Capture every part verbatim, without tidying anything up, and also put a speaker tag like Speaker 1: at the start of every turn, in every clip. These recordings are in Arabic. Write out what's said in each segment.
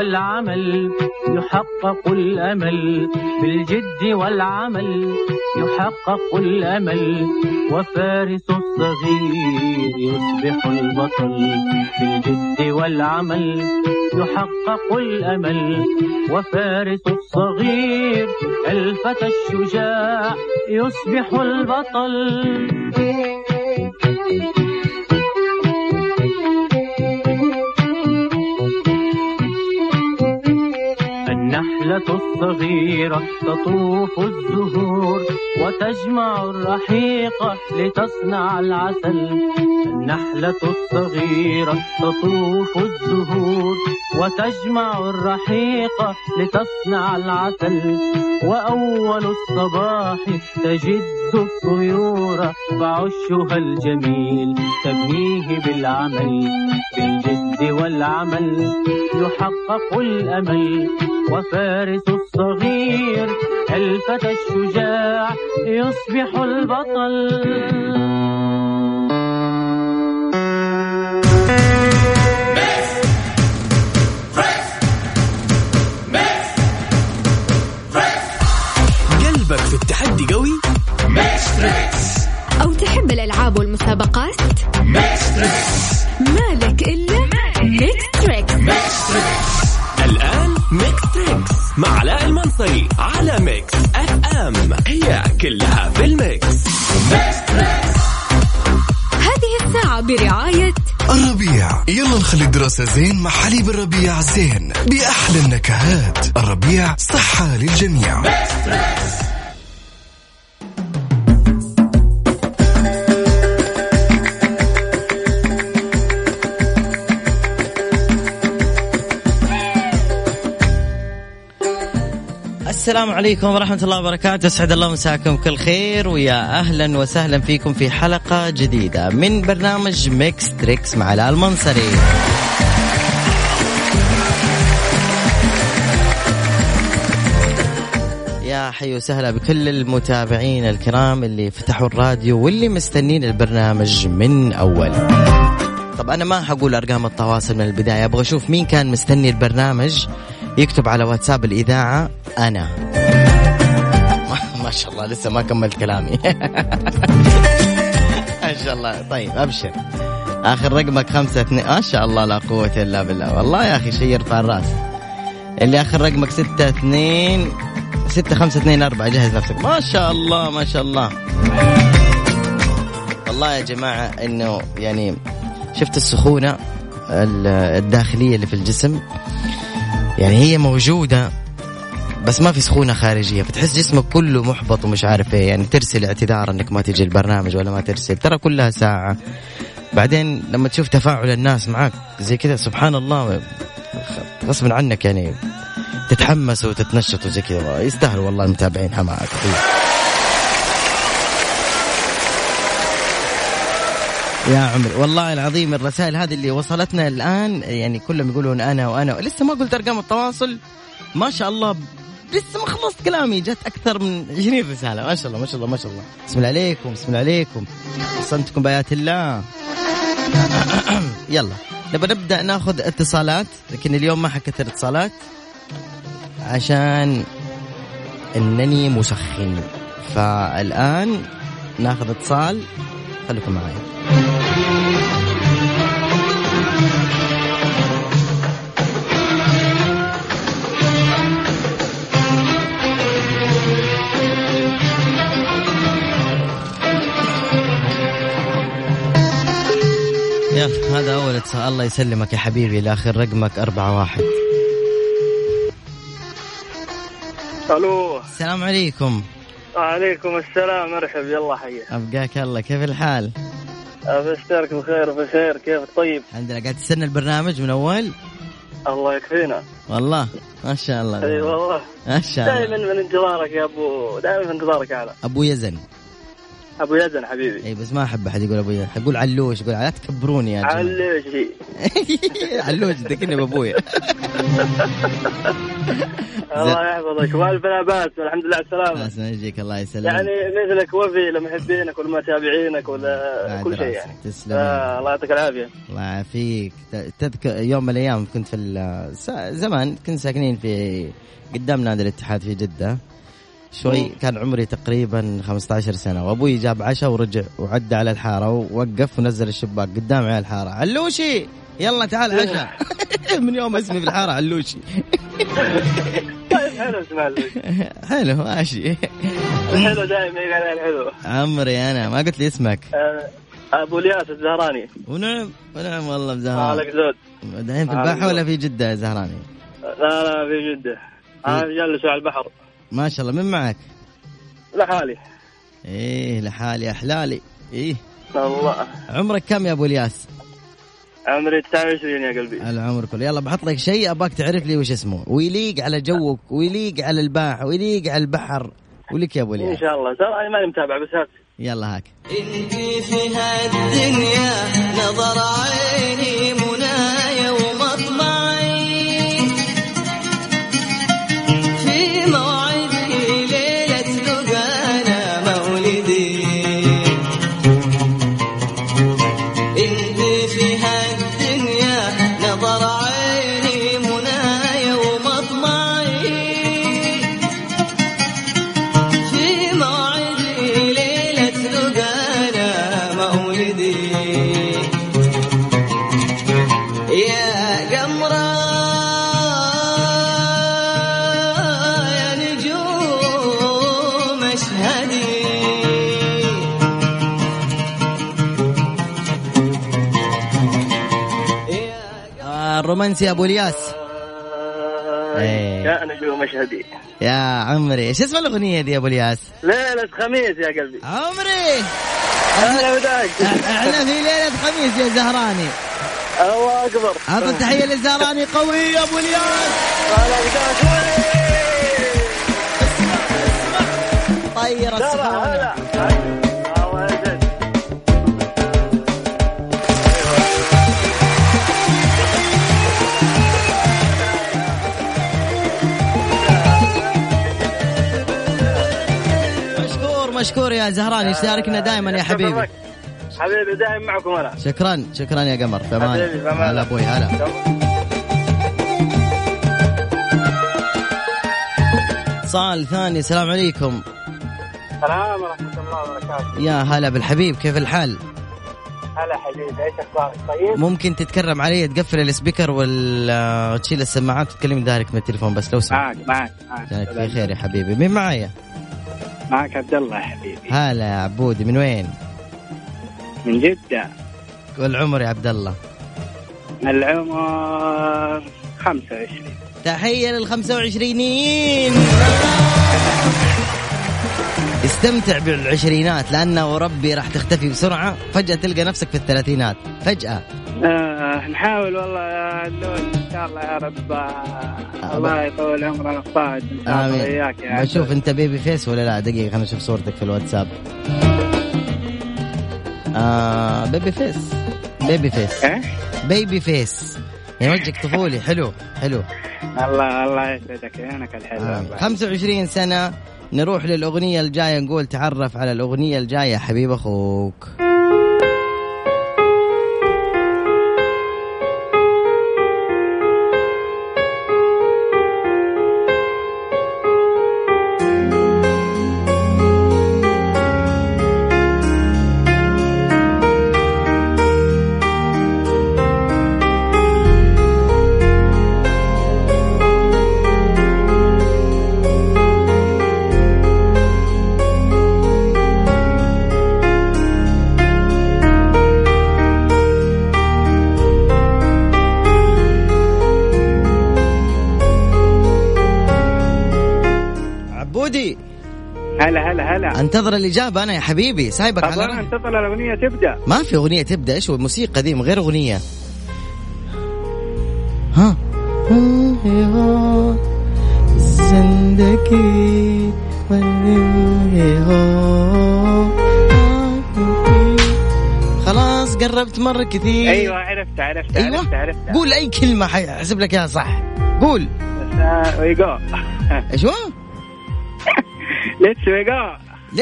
Speaker 1: والعمل يحقق الأمل، بالجد والعمل يحقق الأمل، وفارس الصغير يصبح البطل. بالجد والعمل يحقق الأمل، وفارس الصغير الفتى الشجاع يصبح البطل. النحلة الصغيرة تطوف الزهور وتجمع الرحيق لتصنع العسل. النحلة الصغيرة تطوف الزهور وتجمع الرحيق لتصنع العسل، وأول الصباح تجد الطيور فعشها الجميل تبنيه بالعمل. بالجد والعمل يحقق الأمل، وفارس الصغير الفتى الشجاع يصبح البطل.
Speaker 2: قلبك في التحدي قوي؟ ميكس تريكس.
Speaker 3: أو تحب الألعاب والمسابقات؟
Speaker 2: ميكس تريكس.
Speaker 3: مالك إلا ميكس تريكس.
Speaker 2: ميكس تريكس. الآن ميكس تريكس مع علاء المنصري على ميكس اف ام، هي كلها في الميكس. ميكس تريكس.
Speaker 3: هذه الساعة برعاية
Speaker 4: الربيع. يلا نخلي الدراسة زين مع حليب الربيع زين بأحلى النكهات. الربيع صحة للجميع.
Speaker 2: ميكس تريكس.
Speaker 5: السلام عليكم ورحمة الله وبركاته. أسعد الله مساكم كل خير، ويا أهلا وسهلا فيكم في حلقة جديدة من برنامج ميكس تريكس مع علاء المنصري. يا حي وسهلا بكل المتابعين الكرام اللي فتحوا الراديو واللي مستنين البرنامج من أول. طب أنا ما حقول أرقام التواصل من البداية، أبغى أشوف مين كان مستني البرنامج يكتب على واتساب الإذاعة أنا. ما شاء الله لسه ما كملت كلامي. ما شاء الله. طيب أبشر. آخر رقمك خمسة اثنين. ما شاء الله لا قوة إلا بالله. والله يا أخي شيء يرفع الرأس. اللي آخر رقمك ستة اثنين ستة خمسة اثنين أربعة. جهز نفسك. ما شاء الله ما شاء الله. والله يا جماعة إنه يعني شفت السخونة الداخلية اللي في الجسم، يعني هي موجودة بس ما في سخونة خارجية، فتحس جسمك كله محبط ومش عارف ايه. يعني ترسل اعتذار انك ما تجي البرنامج ولا ما ترسل، ترى كلها ساعة. بعدين لما تشوف تفاعل الناس معك زي كذا سبحان الله غصب عنك يعني تتحمس وتتنشط وزي كذا. يستاهلوا والله المتابعين حماك. يا عمري والله العظيم الرسائل هذه اللي وصلتنا الآن يعني كلهم يقولون أنا وأنا. لسه ما قلت أرقام التواصل ما شاء الله، لسه ما خلصت كلامي جت أكثر من عشرين رسالة. ما شاء الله ما شاء الله ما شاء الله. بسم الله عليكم بسم الله عليكم. صنتكم بآيات الله. يلا نبى نبدأ ناخذ اتصالات، لكن اليوم ما حكثر اتصالات عشان إنني مسخن. فالآن ناخذ اتصال، خليكم معايا. يلا هذا أول اتصال. الله يسلمك يا حبيبي. لآخر رقمك أربعة واحد.
Speaker 6: ألو
Speaker 5: السلام عليكم.
Speaker 6: وعليكم السلام. مرحب. يلا حيا.
Speaker 5: أبقاك الله. كيف الحال؟
Speaker 6: أبشرك بخير بخير. كيف طيب؟
Speaker 5: الحمد لله. قاعد تستنى البرنامج من أول؟
Speaker 6: الله يكفينا
Speaker 5: والله ما شاء الله.
Speaker 6: اي والله
Speaker 5: ما شاء الله.
Speaker 6: دائما من انتظارك يا ابو، دائما من انتظارك على
Speaker 5: ابو يزن.
Speaker 6: ابو يزن حبيبي.
Speaker 5: اي بس ما احب احد يقول ابو يزن، اقول علوش. يقول لا تكبروني يا جماعه.
Speaker 6: علوش.
Speaker 5: علوش ذكرني بابويا.
Speaker 6: الله يحفظك والف نبات والحمد لله على السلامه.
Speaker 5: اسمع يجيك الله يسلمك.
Speaker 6: يعني مثلك وفي لمحبينك ولمتابعينك ولا كل شيء يعني.
Speaker 5: تسلم.
Speaker 6: آه الله يعطيك العافيه.
Speaker 5: الله يعافيك. تذكر يوم من الايام كنت في زمان كنت ساكنين في قدام نادي الاتحاد في جده شوي. كان عمري تقريبا خمسة عشر سنة وأبوي جاب عشاء ورجع وعدى على الحارة ووقف ونزل الشباك قدام على الحارة. علوشي يلا تعال عشاء. من يوم اسمي في الحارة علوشي.
Speaker 6: حلو اسمع علوشي.
Speaker 5: حلو ماشي.
Speaker 6: الحلو دائما يقال الحلو.
Speaker 5: عمري أنا ما قلت لي اسمك.
Speaker 6: أبو الياس الزهراني.
Speaker 5: ونعم ونعم والله بزهراني.
Speaker 6: مالك زود.
Speaker 5: دحين في البحر ولا في جدة يا زهراني؟
Speaker 6: لا لا في جدة. أنا جالس على البحر.
Speaker 5: ما شاء الله. من معك؟
Speaker 6: لحالي.
Speaker 5: ايه لحالي احلالي. ايه
Speaker 6: الله.
Speaker 5: عمرك كم يا ابو الياس؟
Speaker 6: عمري تسعة وعشرين يا قلبي.
Speaker 5: العمر كله. يلا بحط لك شيء اباك تعرف لي وش اسمه ويليق على جوك ويليق على الباحة ويليق على البحر ولك يا ابو الياس.
Speaker 6: ان شاء الله. ترى انا ماني متابع بس هات.
Speaker 5: يلا هاك.
Speaker 7: انتي في هالدنيا نظر عيني منايا ومطمعي في موعدي ليلة لقانا مولدي. انتي في هالدنيا نظر عيني منايا ومطمعي في موعدي ليلة لقانا مولدي. يا قمرة يا نجوم اشهدي
Speaker 5: الرومانسي ابو الياس.
Speaker 6: يا نجوم اشهدي.
Speaker 5: يا عمري ايش اسم الاغنيه دي يا ابو الياس؟
Speaker 6: ليلة خميس يا قلبي.
Speaker 5: عمري
Speaker 6: اهلا وداك.
Speaker 5: احنا في ليله خميس يا زهراني.
Speaker 6: الله اكبر.
Speaker 5: اعطي تحيه للزهراني قوي يا ابو الياس.
Speaker 6: اهلا وداك.
Speaker 5: طير السفاره.
Speaker 6: الله يسعدك.
Speaker 5: مشكور مشكور يا زهراني. اشتركنا دائما يا حبيبي.
Speaker 6: حبيبي دائما معكم انا.
Speaker 5: شكرا شكرا يا قمر. تمام. هلا ابوي هلا. اتصال ثاني. السلام عليكم.
Speaker 6: السلام ورحمة الله وبركاته.
Speaker 5: يا هلا بالحبيب كيف الحال؟
Speaker 6: هلا حبيبي ايش اخبارك؟ طيب.
Speaker 5: ممكن تتكرم علي تقفل السبيكر وتشيل السماعات وتكلمني دايركت من التليفون بس لو سمحت.
Speaker 6: معك معك
Speaker 5: معك في خير يا حبيبي. مين معايا؟
Speaker 6: معك عبد الله يا حبيبي.
Speaker 5: هلا يا عبودي. من وين؟
Speaker 6: من جدة.
Speaker 5: والعمر يا عبد الله؟
Speaker 6: العمر خمسة وعشرين.
Speaker 5: تحية للخمسة وعشرينيين. استمتع بالعشرينات لأنه وربي راح تختفي بسرعة. فجأة تلقى نفسك في الثلاثينات فجأة.
Speaker 6: آه نحاول والله يا اللون إن شاء الله يا رب. آه الله يطول عمرنا الصاعد إن شاء الله وياك يا.
Speaker 5: بشوف أنت بيبي فيس ولا لا؟ دقيقة خلنا نشوف صورتك في الواتساب. آه بيبي فيس. بيبي فيس.
Speaker 6: إيه؟
Speaker 5: بيبي فيس يعني وجهك طفولي. حلو حلو.
Speaker 6: الله الله يسعدك عيونك الحلوة.
Speaker 5: خمسة وعشرين سنة. نروح للأغنية الجاية. نقول تعرف على الأغنية الجاية حبيب أخوك.
Speaker 6: هلا هلا هلا.
Speaker 5: انتظر الإجابة أنا يا حبيبي. سايبك على
Speaker 6: طبعا. انتظر الأغنية تبدأ.
Speaker 5: ما في أغنية تبدأ. إيش هو الموسيقى دي من غير أغنية؟ ها زندكي خلاص قربت مرة كثير.
Speaker 6: أيوة عرفت عرفت
Speaker 5: أيوة.
Speaker 6: عرفت عرفت.
Speaker 5: قول أي كلمة حسب لك يا صح. قول.
Speaker 6: وي جو.
Speaker 5: ايش هو؟
Speaker 6: ليتس وي جو.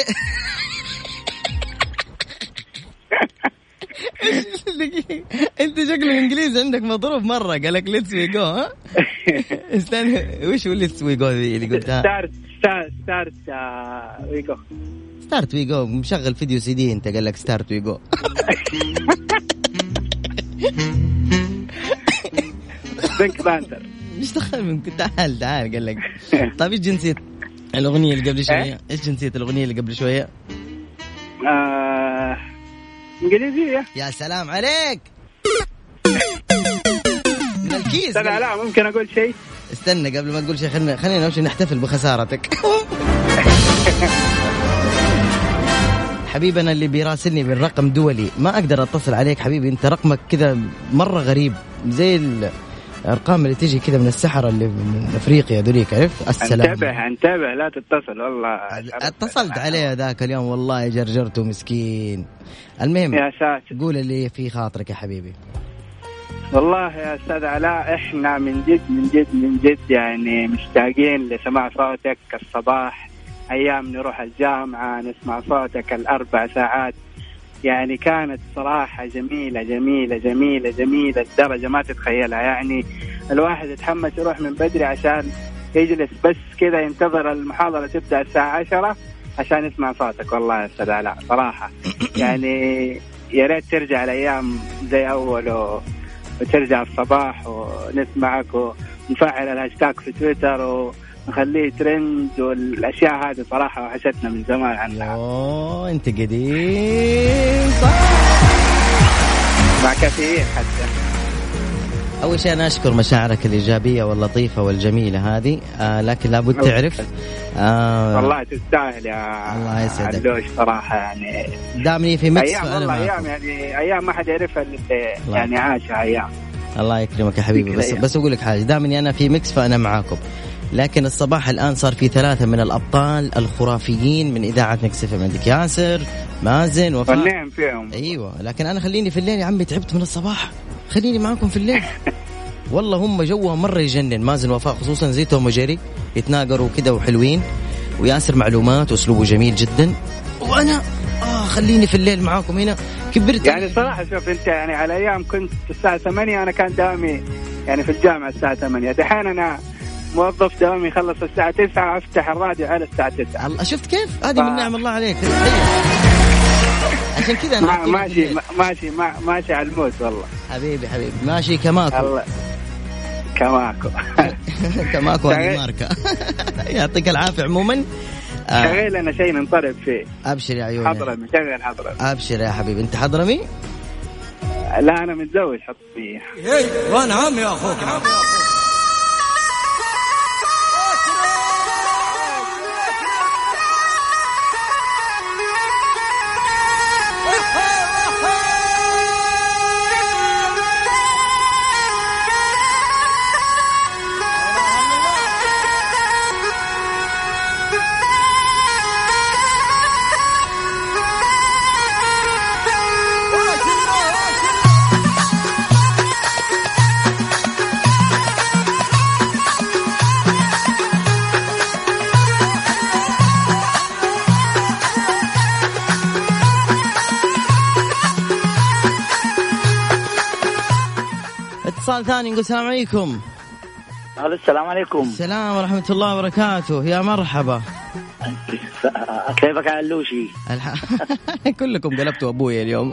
Speaker 5: انت شكل الانجليزي عندك مضروب مره. قال لك ليتس وي جو. ها استنى وش هو ليتس وي جو اللي قلتها؟
Speaker 6: ستارت ستارت ستارت وي جو.
Speaker 5: ستارت وي جو. مشغل فيديو سي دي انت. قال لك ستارت وي جو.
Speaker 6: بينك بانتر.
Speaker 5: مش دخل منك. تعال تعال. قال لك طيب ايش جنسية الأغنية اللي قبل شوية؟ ايش جنسية الأغنية اللي قبل شوية؟
Speaker 6: آه... إنجليزية.
Speaker 5: يا سلام عليك. من الكيس.
Speaker 6: لا لا ممكن أقول شيء.
Speaker 5: استنى قبل ما تقول شيء خلينا خلينا نمشي نحتفل بخسارتك. حبيبنا اللي بيراسلني بالرقم دولي ما أقدر أتصل عليك حبيبي. أنت رقمك كذا مرة غريب زي الأرقام اللي تيجي كذا من السحرة اللي من أفريقيا ذوليك. عرف السلام.
Speaker 6: انتبه انتبه لا تتصل والله.
Speaker 5: اتصلت عليه ذاك اليوم والله جرجرته مسكين. المهم
Speaker 6: يا ساتر.
Speaker 5: قول اللي في خاطرك يا حبيبي.
Speaker 6: والله يا أستاذ علاء إحنا من جد من جد من جد يعني مشتاقين لسماع صوتك الصباح. أيام نروح الجامعة نسمع صوتك الأربع ساعات. يعني كانت صراحة جميلة جميلة جميلة جميلة الدرجة ما تتخيلها. يعني الواحد يتحمس يروح من بدري عشان يجلس بس كذا ينتظر المحاضرة تبدأ الساعة عشرة عشان يسمع صوتك. والله يا أستاذ علاء صراحة يعني يا ريت ترجع الأيام زي أول و... وترجع الصباح ونسمعك ونفعل الهاشتاج في تويتر ونخليه ترند والأشياء هذه. صراحة وحشتنا من زمان عنها.
Speaker 5: أوه أنت قديم صح.
Speaker 6: مع كثير حتى.
Speaker 5: أول شيء أنا أشكر مشاعرك الإيجابية واللطيفة والجميلة هذه. آه لكن لابد تعرف
Speaker 6: آه والله تستاهل يا
Speaker 5: الله يسعدك
Speaker 6: علوش صراحة. يعني
Speaker 5: دامني في مكس
Speaker 6: أيام والله أيام يعني أيام ما حد يعرفها اللي يعني عاشها أيام.
Speaker 5: الله يكرمك يا حبيبي. بس بس أقول لك حاجة. دامني أنا في مكس فأنا معاكم. لكن الصباح الآن صار في ثلاثة من الأبطال الخرافيين من إذاعة مكس اف ام. عندك ياسر مازن وفاء.
Speaker 6: والنعم فيهم.
Speaker 5: أيوة لكن أنا خليني في الليل يا عمي. تعبت من الصباح. خليني معاكم في الليل. والله هم جوهم مرة يجنن. مازن وفاء خصوصا زي توم وجيري يتناقروا كده وحلوين. وياسر معلومات وأسلوبه جميل جدا. وأنا آه خليني في الليل معاكم هنا. كبرت
Speaker 6: يعني صراحة. شوف أنت يعني على أيام كنت الساعة ثمانية أنا كان دوامي يعني في الجامعة الساعة ثمانية. دحين أنا موظف دوامي يخلص الساعة تسعة أفتح الراديو على الساعة تسعة.
Speaker 5: الله شفت كيف هذه ف... من نعم الله عليك. عشان كذا أنا
Speaker 6: ماشي ماشي ماشي على الموت والله.
Speaker 5: حبيبي حبيبي ماشي كماكو. الله
Speaker 6: كماكو.
Speaker 5: كماكو هذه ماركة. يعطيك العافية. عموما
Speaker 6: شغل أنا شيء ننطرب فيه.
Speaker 5: أبشر يا عيوني.
Speaker 6: حضرمي شغل حضرمي.
Speaker 5: أبشر يا حبيبي. أنت حضرمي؟
Speaker 6: لا أنا متزوج حضرمي.
Speaker 7: وأنا عم يا أخوك.
Speaker 5: اتصال ثاني نقول السلام عليكم.
Speaker 6: هذا السلام عليكم.
Speaker 5: السلام ورحمة الله وبركاته. يا مرحبا.
Speaker 6: كيفك يا علوشي؟
Speaker 5: الح... كلكم قلبتوا أبوي اليوم.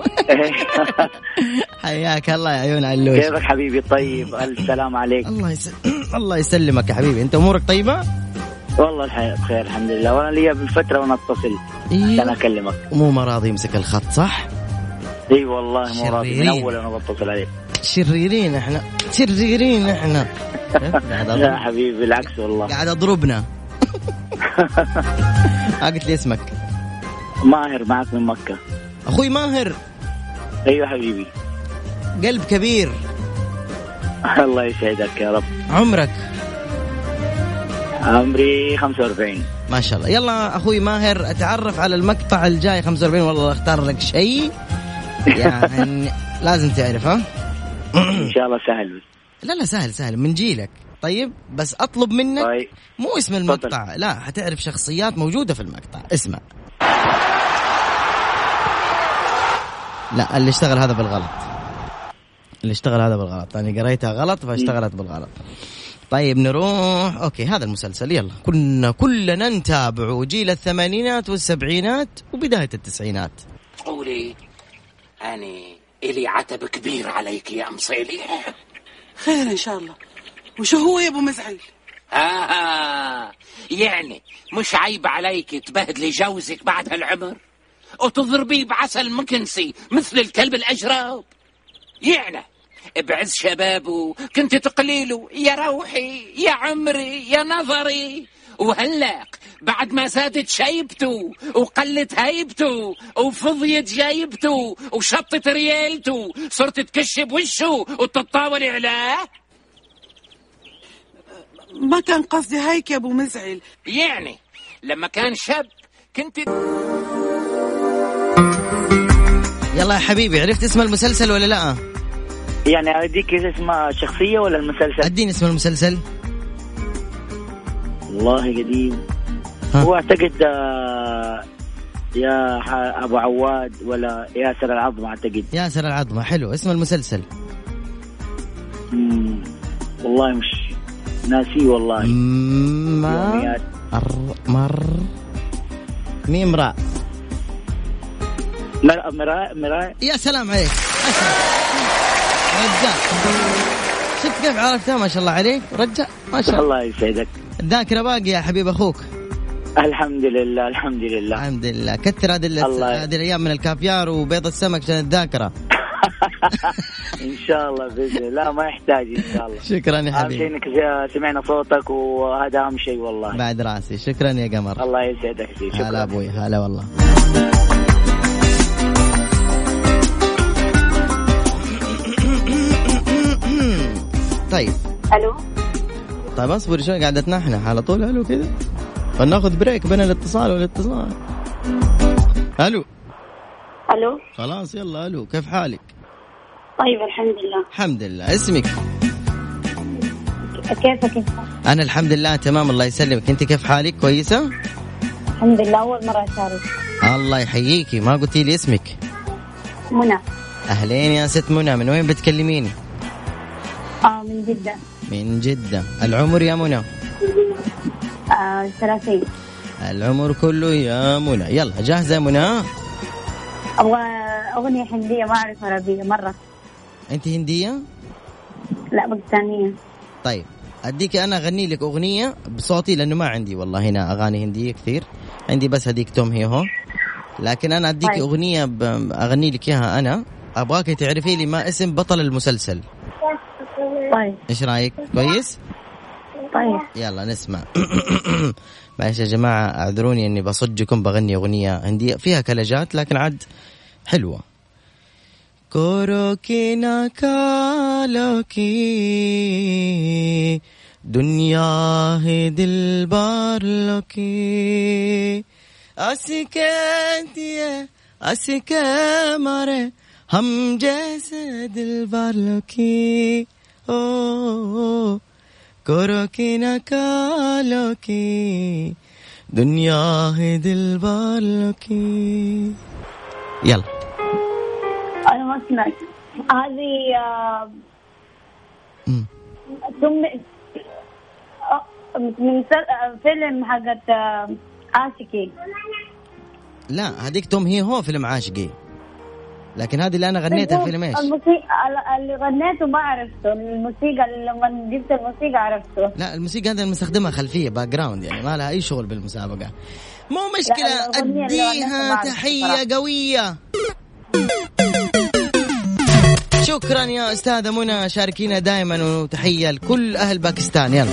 Speaker 5: حياك الله يا عيون علوشي.
Speaker 6: كيفك حبيبي؟ طيب السلام عليك.
Speaker 5: الله يس... الله يسلمك يا حبيبي. أنت أمورك طيبة؟
Speaker 6: والله الحياة بخير الحمد لله. وأنا لي بالفترة وأنا أتصل
Speaker 5: إيه؟
Speaker 6: عشان أكلمك.
Speaker 5: مو مراضي يمسك الخط صح؟
Speaker 6: اي والله مو راضي من اول انا بتصل عليك.
Speaker 5: شريرين احنا شريرين احنا.
Speaker 6: لا حبيبي بالعكس والله
Speaker 5: قاعد اضربنا. قلت لي اسمك؟
Speaker 6: ماهر معك من مكة.
Speaker 5: اخوي ماهر.
Speaker 6: ايوه حبيبي.
Speaker 5: قلب كبير.
Speaker 6: الله يسعدك يا رب.
Speaker 5: عمرك؟
Speaker 6: عمري خمسة وأربعين.
Speaker 5: ما شاء الله. يلا اخوي ماهر اتعرف على المقطع الجاي. خمسة وأربعين والله اختار لك شيء يعني لازم تعرف. ها
Speaker 6: ان شاء الله سهل.
Speaker 5: لا لا سهل سهل من جيلك. طيب بس أطلب منك
Speaker 8: طيب.
Speaker 5: مو اسم المقطع فضل. لا حتعرف شخصيات موجودة في المقطع. اسمع. لا اللي اشتغل هذا بالغلط، اللي اشتغل هذا بالغلط، يعني قريتها غلط فاشتغلت بالغلط. طيب نروح أوكي هذا المسلسل. يلا كنا كلنا نتابعه جيل الثمانينات والسبعينات وبداية التسعينات.
Speaker 9: قولي أني إلي عتب كبير عليك يا مصيلي.
Speaker 10: خير إن شاء الله. وشو هو يا أبو مزعل؟
Speaker 9: آه يعني مش عيب عليك تبهدلي جوزك بعد هالعمر وتضربيه بعسل مكنسي مثل الكلب الأجراب؟ يعني بعز شبابه كنت تقليله يا روحي يا عمري يا نظري، وهلق بعد ما زادت شيبته وقلت هيبته وفضيت جايبته وشطت ريالته صرت تكشب وشه وتتطاول عليه.
Speaker 10: ما كان قصدي هيك يا أبو مزعل.
Speaker 9: يعني لما كان شاب كنت.
Speaker 5: يلا يا حبيبي عرفت اسم المسلسل ولا لا؟
Speaker 8: يعني أديك اسم شخصية ولا المسلسل؟ أديني
Speaker 5: اسم المسلسل.
Speaker 8: والله قديم. هو أعتقد يا أبو عواد ولا ياسر العظمة. أعتقد
Speaker 5: ياسر العظمة. حلو اسم المسلسل.
Speaker 8: مم. والله مش ناسي والله.
Speaker 5: ما مر ميم راء
Speaker 8: مر مراء مراء.
Speaker 5: يا سلام عليك رجع. شفت كيف عرفتها؟ ما شاء الله عليك رجع ما شاء الله.
Speaker 8: الله يسعدك.
Speaker 5: الذاكرة باقي يا حبيب أخوك.
Speaker 8: الحمد لله الحمد لله
Speaker 5: الحمد لله. كثر هذه هذه الأيام من الكافيار وبيض السمك عشان الذاكرة.
Speaker 8: إن شاء الله بإذن الله. لا ما يحتاج إن شاء الله.
Speaker 5: شكرا يا حبيبي.
Speaker 8: أهم شيء إنك سمعنا صوتك وهذا أهم شيء والله.
Speaker 5: بعد راسي. شكرا يا قمر.
Speaker 8: الله يسعدك. شكرا.
Speaker 5: هلا أبوي هلا والله. طيب
Speaker 11: الو.
Speaker 5: طيب اصبر شوي قاعدة تنحنح على طول. الو كذا فناخذ بريك بين الاتصال والاتصال. الو
Speaker 11: الو.
Speaker 5: خلاص يلا الو. كيف حالك؟
Speaker 11: طيب الحمد لله.
Speaker 5: الحمد لله. اسمك؟
Speaker 11: كيفك انت؟
Speaker 5: انا الحمد لله تمام الله يسلمك. انت كيف حالك؟ كويسة
Speaker 11: الحمد لله. اول مرة اشارك.
Speaker 5: الله يحييكي. ما قلتي لي اسمك؟
Speaker 11: منى.
Speaker 5: اهلين يا ست منى. من وين بتكلميني؟
Speaker 11: اه من جدة.
Speaker 5: من جدة. العمر يا منى؟
Speaker 11: آه ثلاثين.
Speaker 5: العمر كله يا منى. يلا جاهزة يا منى؟
Speaker 11: أبغى أغنية هندية ما أعرف عربية مرة.
Speaker 5: أنت هندية؟
Speaker 11: لا باكستانية.
Speaker 5: طيب أديك أنا أغني لك أغنية بصوتي لأنه ما عندي والله هنا أغاني هندية كثير. عندي بس هديك توم هي هو. لكن أنا أديك طيب. أغنية أغني لك إياها أنا. أبغاك تعرفي لي ما اسم بطل المسلسل.
Speaker 11: طيب
Speaker 5: إيش رأيك؟ كويس؟
Speaker 11: طيب
Speaker 5: يلا نسمع. معلش يا جماعة أعذروني أني بصجكم بغني أغنية هندية فيها كلجات لكن عاد حلوة. كوروكي ناكالوكي دنيا है दिलबार लोकी अस्के अस्के मारे हम जैसे दिलबार लोकी ओ كوروكي ناكالوكي دنيا है दिलबार लोकी. يلا
Speaker 11: أنا ما سمعت هذه ثم من فيلم حقت عاشقي.
Speaker 5: لا هذيك توم هي هو فيلم عاشقي لكن هذه اللي أنا غنيتها فيلم إيش؟
Speaker 11: الموسيقى اللي غنيته ما عرفته. الموسيقى لما جبت الموسيقى عرفته.
Speaker 5: لا الموسيقى هذا المستخدمة خلفية باك جراوند يعني ما لها أي شغل بالمسابقة. مو مشكلة أديها تحية قوية. شكرا يا أستاذة منى شاركينا دائما وتحية لكل أهل باكستان. يلا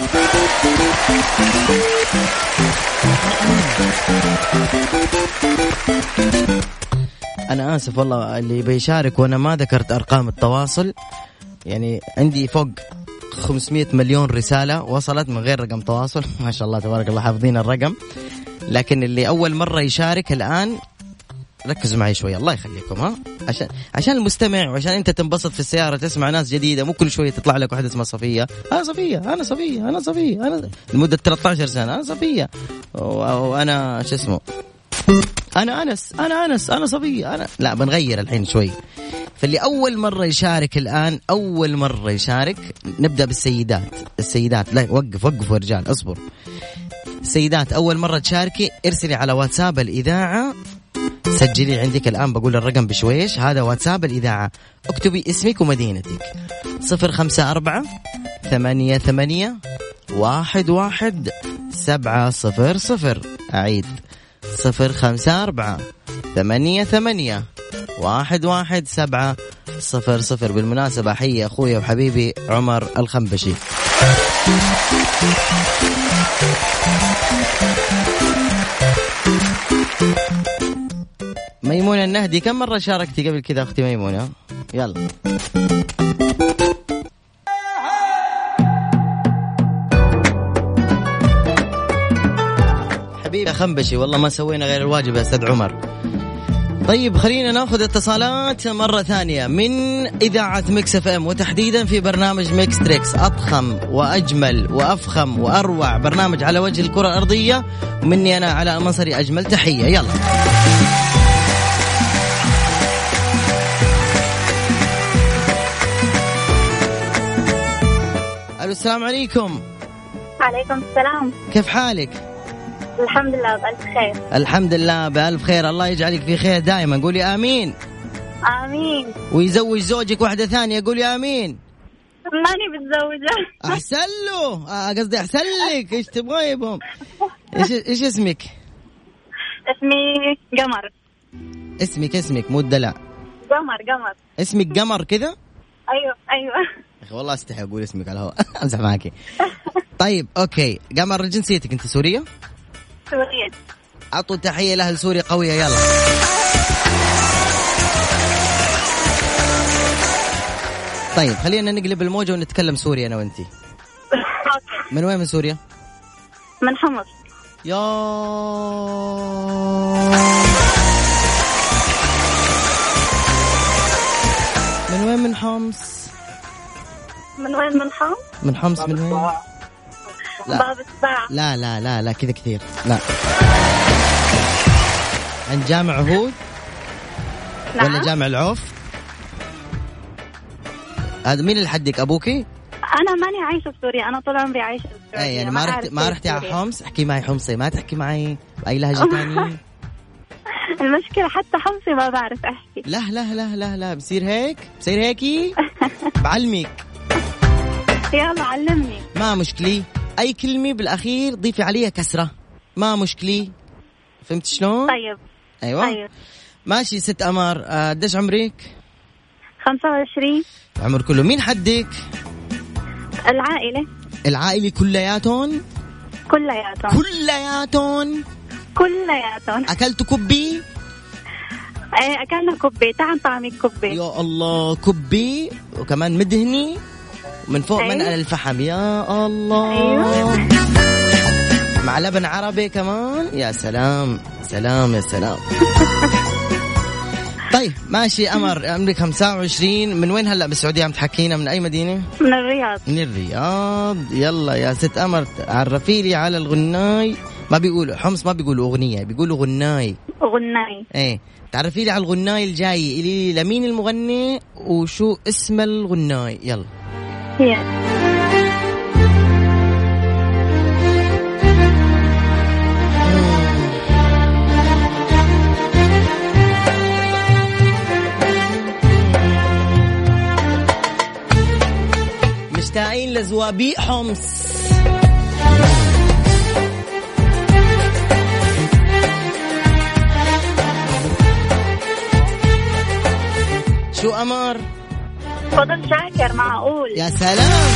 Speaker 5: أنا آسف والله اللي بيشارك وأنا ما ذكرت أرقام التواصل. يعني عندي فوق خمسمية مليون رسالة وصلت من غير رقم تواصل. ما شاء الله تبارك الله حافظين الرقم. لكن اللي أول مرة يشارك الآن ركزوا معي شوي الله يخليكم ها، عشان عشان المستمع وعشان انت تنبسط في السياره تسمع ناس جديده، مو كل شويه تطلع لك واحده اسمها صفيه، انا صفيه انا صفيه انا صفيه انا لمده ثلاثة عشر سنه انا صفيه، وانا شو اسمه انا انس انا انس انا صفيه انا. لا بنغير الحين شوي. فاللي اول مره يشارك الان، اول مره يشارك، نبدا بالسيدات. السيدات لا وقف وقفوا يا رجال اصبر. السيدات اول مره تشاركي ارسلي على واتساب الاذاعه، سجلي عندك الآن بقول الرقم بشويش، هذا واتساب الإذاعة، اكتبي اسمك ومدينتك صفر خمسة أربعة ثمانية ثمانية واحد واحد سبعة صفر صفر. أعيد صفر خمسة أربعة ثمانية ثمانية واحد واحد سبعة صفر صفر. بالمناسبة حي أخوي وحبيبي عمر الخنبشي. ميمونة النهدي كم مرة شاركتي قبل كذا أختي ميمونة؟ يلا حبيبي خنبشي والله ما سوينا غير الواجب يا أستاذ عمر. طيب خلينا ناخذ اتصالات مرة ثانية من إذاعة ميكس اف ام، وتحديدا في برنامج ميكس تريكس، أضخم وأجمل وأفخم وأروع برنامج على وجه الكرة الأرضية، ومني أنا على المنصري أجمل تحية. يلا ألو السلام عليكم.
Speaker 11: عليكم السلام.
Speaker 5: كيف حالك؟
Speaker 11: الحمد لله بألف خير.
Speaker 5: الحمد لله بألف خير، الله يجعلك في خير دائما. قولي آمين.
Speaker 11: آمين.
Speaker 5: ويزوج زوجك واحدة ثانية، قولي آمين.
Speaker 11: ماني متزوجة.
Speaker 5: أحسن له، آه قصدي أحسن لك. إيش تبغى يبهم؟ إيش إيش اسمك؟
Speaker 11: اسمي قمر.
Speaker 5: اسمك اسمك مو الدلع.
Speaker 11: قمر قمر.
Speaker 5: اسمك قمر كذا؟
Speaker 11: أيوه أيوه.
Speaker 5: أخي والله أستحي أقول اسمك على الهواء. أمزح معاكي. طيب أوكي قمر، جنسيتك أنت سورية؟
Speaker 11: سورية.
Speaker 5: عطوا تحية لأهل سوريا قوية. يلا طيب خلينا نقلب الموجة ونتكلم سوريا أنا وأنتي. من وين من سوريا؟
Speaker 11: من حمص.
Speaker 5: يا من وين من حمص؟
Speaker 11: من وين من حمص؟
Speaker 5: من حمص من وين؟
Speaker 11: لا. باب السباع.
Speaker 5: لا لا لا لا كذا كثير. لا عند جامع عهود. نعم. ولا جامع العوف؟ هذا مين اللي حدك، أبوكي؟
Speaker 11: أنا ماني عايشة في سوريا، أنا طول عمري عايشة في سوريا.
Speaker 5: أي يعني ما رحت ما رحتي على حمص؟ احكي معي حمصي، ما تحكي معي بأي لهجة ثانية.
Speaker 11: المشكلة حتى حمصي ما بعرف أحكي.
Speaker 5: لا لا لا لا لا بصير هيك بصير هيكي. بعلمك.
Speaker 11: يلا علمني.
Speaker 5: ما مشكلي، أي كلمة بالأخير ضيفي عليها كسرة، ما مشكلي. فهمت شلون؟
Speaker 11: طيب.
Speaker 5: أيوة.
Speaker 11: طيب.
Speaker 5: ماشي ست أمار، قديش عمرك؟
Speaker 11: خمسة وعشرين.
Speaker 5: عمر كله. مين حدك؟
Speaker 11: العائلة.
Speaker 5: العائلة كلياتون؟
Speaker 11: كلياتون.
Speaker 5: كلياتون؟
Speaker 11: كلياتون.
Speaker 5: أكلتوا كبي؟
Speaker 11: ايه أكلنا كبي. تعال طعمي كبي.
Speaker 5: يا الله كبي وكمان مدهني من فوق. أيوة. من على الفحم. يا الله. أيوة. مع لبن عربي كمان. يا سلام سلام يا سلام. طيب ماشي أمر، عمرك خمسة وعشرين. من وين هلأ بالسعودية عم تحكينا؟ من أي مدينة؟
Speaker 11: من الرياض.
Speaker 5: من الرياض. يلا يا ست أمر عرفي لي على الغناي. ما بيقولوا حمص، ما بيقولوا أغنية، بيقولوا غناي.
Speaker 11: غناي.
Speaker 5: ايه تعرفي لي على الغناي الجاي اللي لمين المغني وشو اسم الغناي. يلا
Speaker 11: هي
Speaker 5: مشتاقين لزوابيق حمص. شو أمر؟
Speaker 11: فضل شاكر معقول.
Speaker 5: يا سلام.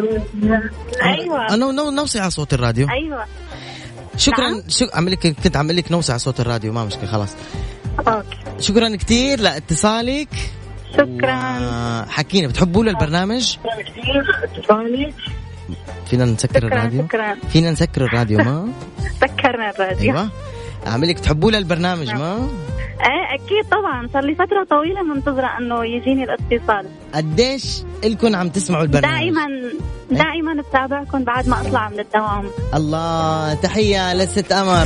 Speaker 11: ايوه
Speaker 5: انا نو نوصي على صوت الراديو.
Speaker 11: ايوه
Speaker 5: شكرا.
Speaker 11: نعم.
Speaker 5: شو اعمل لك؟ كنت اعمل لك نوصي على صوت الراديو، ما مشكله خلاص.
Speaker 11: اوكي
Speaker 5: شكرا كثير لاتصالك.
Speaker 11: شكرا.
Speaker 5: و... حكينا بتحبوا له البرنامج؟
Speaker 11: شكرا كثير اتصالك.
Speaker 5: فينا نسكر
Speaker 11: شكرا
Speaker 5: الراديو؟
Speaker 11: شكرا.
Speaker 5: فينا نسكر الراديو ما؟
Speaker 11: سكرنا الراديو.
Speaker 5: ايوه اعمل لك تحبوا له البرنامج ما؟
Speaker 11: ايه اكيد طبعا، صار لي فتره طويله منتظره انه يجيني الاتصال.
Speaker 5: قديش الكن عم تسمعوا البرنامج؟
Speaker 11: دائما دائما بتابعكم بعد ما اطلع من الدوام.
Speaker 5: الله، تحيه لست أمر.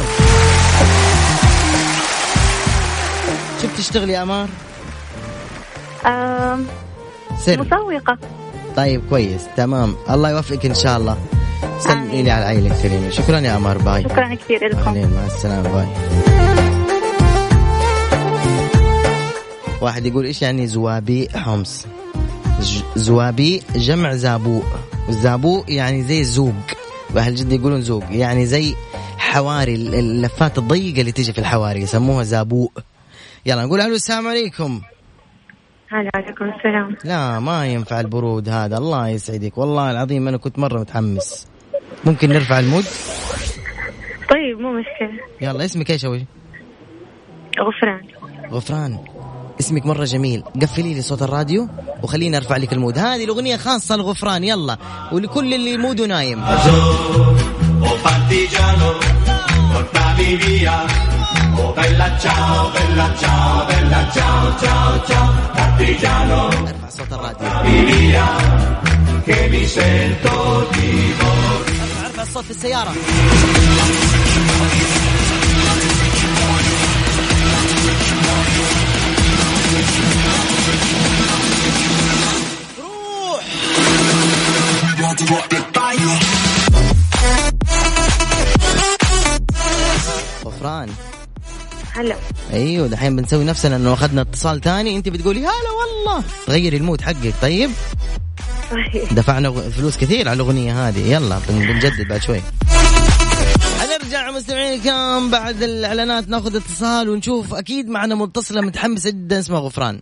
Speaker 5: شو بتشتغلي يا أمار؟
Speaker 11: أم...
Speaker 5: سر
Speaker 11: مسوقه.
Speaker 5: طيب كويس تمام، الله يوفقك ان شاء الله. سلمي لي على العائله الكريمه. شكرا يا أمار. باي.
Speaker 11: شكرا كثير لكم.
Speaker 5: مع السلامه. باي. واحد يقول ايش يعني زوابي حمص؟ زوابي جمع زابوء، والزابوء يعني زي الزوق، واهل جدة يقولون زوق، يعني زي حواري، اللفات الضيقه اللي تيجي في الحواري يسموها زابوء. يلا نقول الو السلام عليكم.
Speaker 11: هلا عليكم السلام.
Speaker 5: لا ما ينفع البرود هذا، الله يسعدك والله العظيم انا كنت مره متحمس. ممكن نرفع المود؟
Speaker 11: طيب مو مشكله.
Speaker 5: يلا اسمك ايش اول؟
Speaker 11: غفران.
Speaker 5: غفران اسمك مرة جميل. قفلي لي صوت الراديو وخليني أرفع لك المود. هذه الأغنية خاصة لغفران يلا، ولكل اللي موده نايم. ارفع صوت الراديو. ارفع الصوت في السيارة. غفران
Speaker 11: هلا.
Speaker 5: ايوه دحين بنسوي نفسنا انه اخذنا اتصال تاني، انت بتقولي هلا والله. غيري المود حقك. طيب
Speaker 11: صحيح.
Speaker 5: دفعنا فلوس كثير على الاغنيه هذه. يلا بنجدد بعد شوي. هنرجع مستمعين الكرام بعد الاعلانات، ناخذ اتصال ونشوف. اكيد معنا متصله متحمسه جدا اسمها غفران.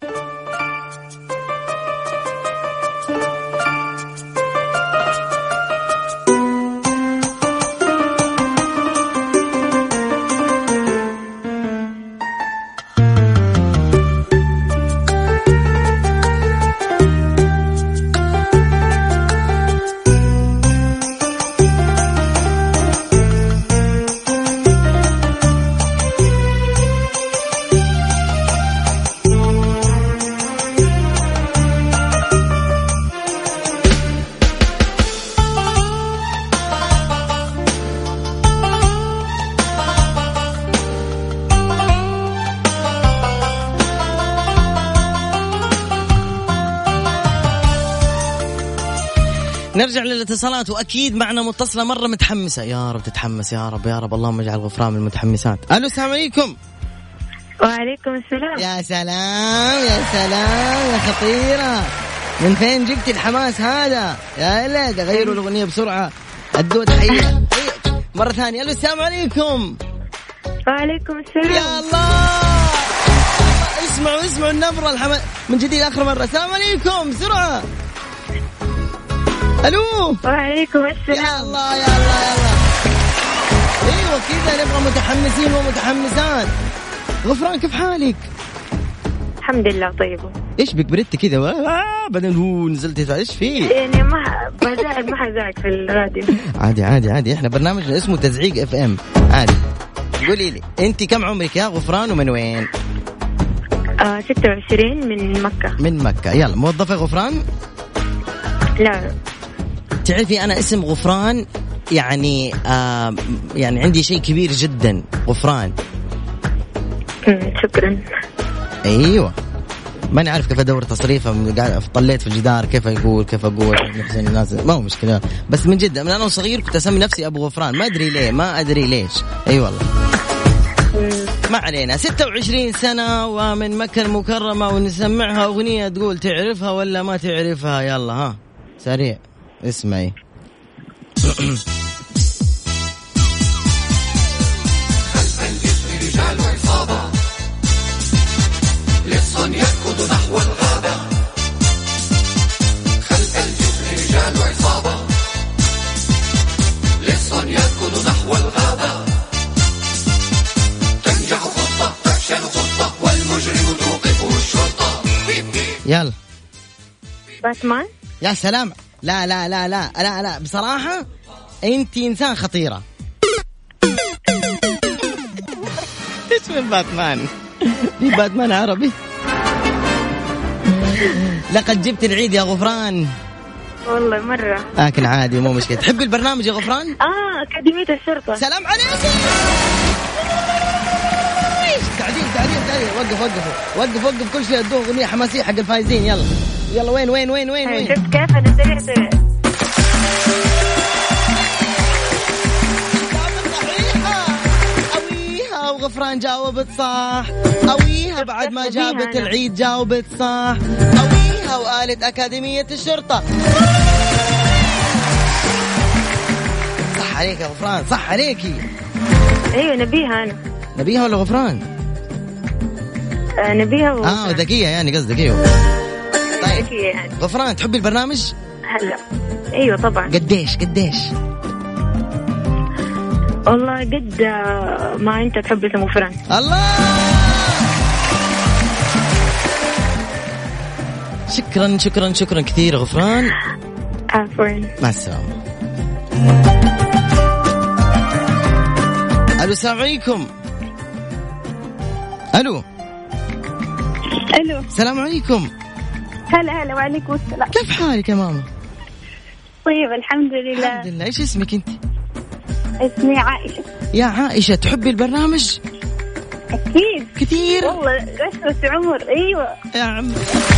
Speaker 5: نرجع للاتصالات، وأكيد معنا متصلة مرة متحمسة. يا رب تتحمس يا رب يا رب، اللهم اجعل غفران من المتحمسات. ألو السلام عليكم.
Speaker 11: وعليكم السلام.
Speaker 5: يا سلام يا سلام يا خطيرة، من فين جبتي الحماس هذا؟ يا لا تغيروا الأغنية بسرعة. أدوا تحية مرة ثانية. ألو السلام عليكم.
Speaker 11: وعليكم السلام.
Speaker 5: يا الله اسمعوا اسمعوا النبرة الحماس من جديد آخر مرة. السلام عليكم بسرعة. الو.
Speaker 11: وعليكم السلام.
Speaker 5: يا الله يا الله يا الله. ايوه كذا نبغى متحمسين ومتحمسات. غفران كيف حالك؟
Speaker 11: الحمد لله طيبه.
Speaker 5: ايش بك بردت كذا؟ آه بدل هو نزلتي ايش فيه؟
Speaker 11: يعني ما بزعل ما حزعك في الراديو.
Speaker 5: عادي عادي عادي، احنا برنامجنا اسمه تزعيق اف ام عادي. قولي لي انت كم عمرك يا غفران ومن وين؟
Speaker 11: آه ستة وعشرين من مكة.
Speaker 5: من مكة. يلا موظفة غفران؟
Speaker 11: لا.
Speaker 5: تعرفي أنا اسم غفران يعني آه يعني عندي شيء كبير جدا. غفران.
Speaker 11: شكرا.
Speaker 5: أيوة ما أنا عارف كيف أدور تصريفه، طليت في الجدار كيف يقول كيف أقول نحسن الناس، ما هو مشكلة. بس من جد من أنا وصغير كنت أسمي نفسي أبو غفران، ما أدري ليه ما أدري ليش. أي أيوة والله. ما علينا. ستة وعشرين سنة ومن مكة المكرمة، ونسمعها أغنية تقول تعرفها ولا ما تعرفها. يلا ها سريع اسمعي.
Speaker 12: خلف الجسر رجال عصابة يركض نحو الغابة. خلف الجسر رجال عصابة
Speaker 5: يلا.
Speaker 13: باتمان.
Speaker 5: يا سلام. لا لا لا لا لا لا بصراحة أنت إنسان خطيرة. إيش من باتمان؟ في باتمان عربي. لقد جبت العيد يا غفران.
Speaker 13: والله مرة.
Speaker 5: لكن عادي مو مشكلة. تحبي البرنامج يا غفران؟
Speaker 13: آه أكاديمية الشرطة.
Speaker 5: سلام عليك. تعديل تعديل تعديل. وقف وقف وقف وقف كل شيء. ادوه أغنية حماسية حق الفايزين. يلا يلا. وين وين وين وين وين؟
Speaker 13: شفت كيف أنا سريع سريع.
Speaker 5: أويها وغفران جاوبت صح. أويها بعد ما جابت العيد جاوبت صح. أويها وقالت أكاديمية الشرطة. صح عليك يا غفران. صح عليكي.
Speaker 13: أيوة نبيها أنا.
Speaker 5: نبيها ولا غفران؟
Speaker 13: آه نبيها و...
Speaker 5: آه ذكية يعني قصدك. أيوة طيب
Speaker 13: ذكية يعني.
Speaker 5: غفران تحبي البرنامج؟
Speaker 13: هلا أيوة طبعا.
Speaker 5: قديش قديش؟
Speaker 13: والله قد ما أنت تحب اسم غفران.
Speaker 5: الله. شكرا شكرا شكرا كثير غفران.
Speaker 13: عفوا.
Speaker 5: مع السلامة. ألو السلام عليكم. ألو.
Speaker 11: ألو.
Speaker 5: السلام عليكم.
Speaker 11: هلا هلا وعليكم السلام.
Speaker 5: كيف حالك يا ماما؟
Speaker 11: طيب الحمد لله.
Speaker 5: الحمد لله. إيش اسمك أنت؟
Speaker 11: اسمي عائشة.
Speaker 5: يا عائشة تحبي البرنامج؟
Speaker 11: أكيد
Speaker 5: كثير.
Speaker 11: والله عشرة عمر. أيوة
Speaker 5: يا عم.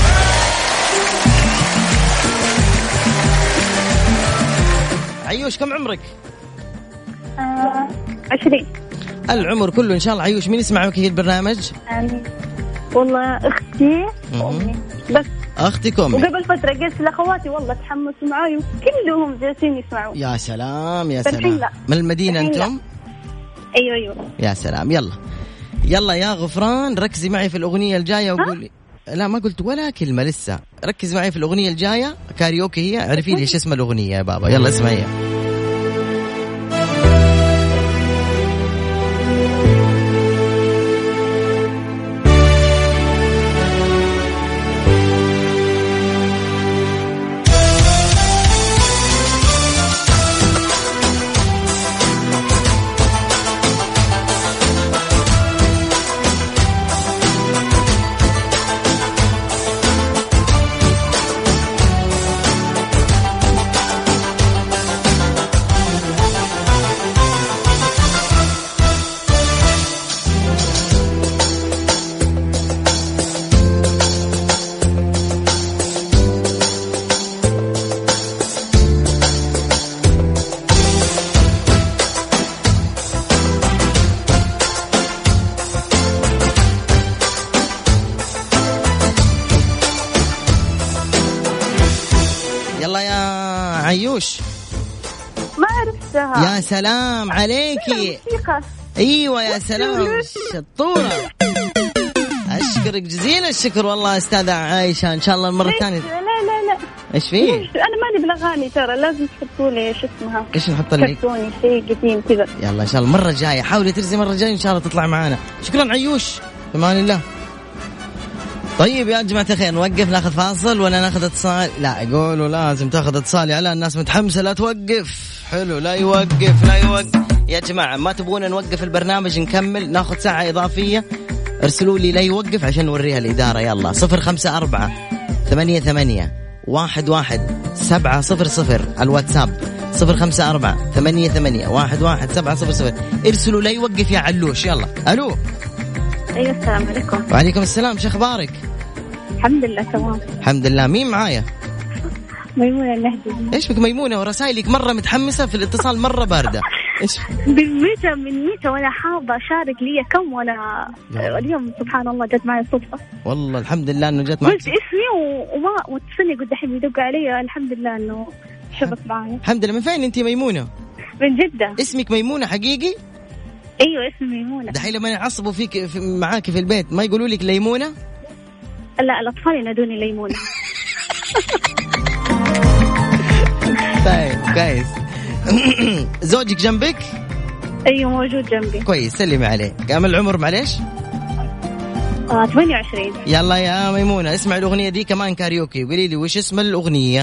Speaker 5: عيوش كم عمرك؟
Speaker 11: آه عشرين.
Speaker 5: العمر كله إن شاء الله. عيوش مين يسمع معك البرنامج؟
Speaker 11: آمين. والله أختي وأمي بس.
Speaker 5: أختك وأمي.
Speaker 11: وقبل فترة قلت لأخواتي والله تحمسوا معاي وكلهم جالسين يسمعوا.
Speaker 5: يا سلام يا سلام. من المدينة أنتم؟
Speaker 11: أيوة أيوة.
Speaker 5: يا سلام. يلا يلا يا غفران ركزي معي في الأغنية الجاية وقولي. لا ما قلت ولا كلمة لسه. ركز معي في الأغنية الجاية. كاريوكي هي. عرفي لي إيش اسم الأغنية يا بابا. يلا اسمعيها. عيوش
Speaker 11: ما عرفتها.
Speaker 5: يا سلام عليكي. ايوه يا سلام شطوره. اشكرك جزيل الشكر والله استاذه عايشه. ان شاء الله المره الثانيه.
Speaker 11: لا لا لا
Speaker 5: ايش فيه؟
Speaker 11: انا ماني بالاغاني ترى. لازم تحطوا لي ايش اسمها.
Speaker 5: ايش نحط لك؟
Speaker 11: كرتوني شيء قديم كذا.
Speaker 5: يلا ان شاء الله المره الجايه حاولي ترزي المره الجايه ان شاء الله تطلع معانا. شكرا عيوش. بأمان الله. طيب يا جماعة الخير نوقف ناخذ فاصل ولا ناخذ اتصال؟ لا يقولوا لازم تاخذ اتصال. على الناس متحمسة لا توقف. حلو لا يوقف لا يوقف. يا جماعة ما تبغون نوقف البرنامج نكمل ناخذ ساعة إضافية ارسلوا لي لا يوقف عشان نوريها الإدارة. يلا صفر خمسة أربعة ثمانية ثمانية واحد واحد سبعة صفر صفر الواتساب صفر خمسة أربعة ثمانية ثمانية واحد واحد سبعة صفر صفر. ارسلوا لا يوقف يا علوش. يلا ألو.
Speaker 11: أيوة السلام عليكم.
Speaker 5: وعليكم السلام. شو أخبارك؟
Speaker 11: الحمد لله تمام.
Speaker 5: الحمد لله. مين معايا؟
Speaker 11: ميمونة النهدي.
Speaker 5: إيش بك ميمونة ورسائلك مرة متحمسة في الاتصال مرة باردة. إيش؟
Speaker 11: من متى من متى وأنا حابة أشارك لي كم وأنا اليوم سبحان الله جت معي صدفة.
Speaker 5: والله الحمد لله إنه جت معي.
Speaker 11: قلت اسمي وما وتصلني قد الحين يدق علي. الحمد لله إنه شبك معي.
Speaker 5: الحمد لله. من فين أنت ميمونة؟
Speaker 11: من جدة.
Speaker 5: اسمك ميمونة حقيقي؟
Speaker 11: ايوه اسمي ميمونة.
Speaker 5: دحين لما يعصبوا فيك في معاك في البيت ما يقولوا لك ليمونة؟
Speaker 11: لا الاطفال ينادوني ليمونة.
Speaker 5: طيب كويس. زوجك جنبك؟
Speaker 11: ايوه موجود جنبي.
Speaker 5: كويس سلمي عليه. كم العمر معليش؟
Speaker 11: آه ثمانية وعشرين.
Speaker 5: يلا يا ميمونة اسمع الأغنية دي كمان كاريوكي وقولي لي وش اسم الأغنية.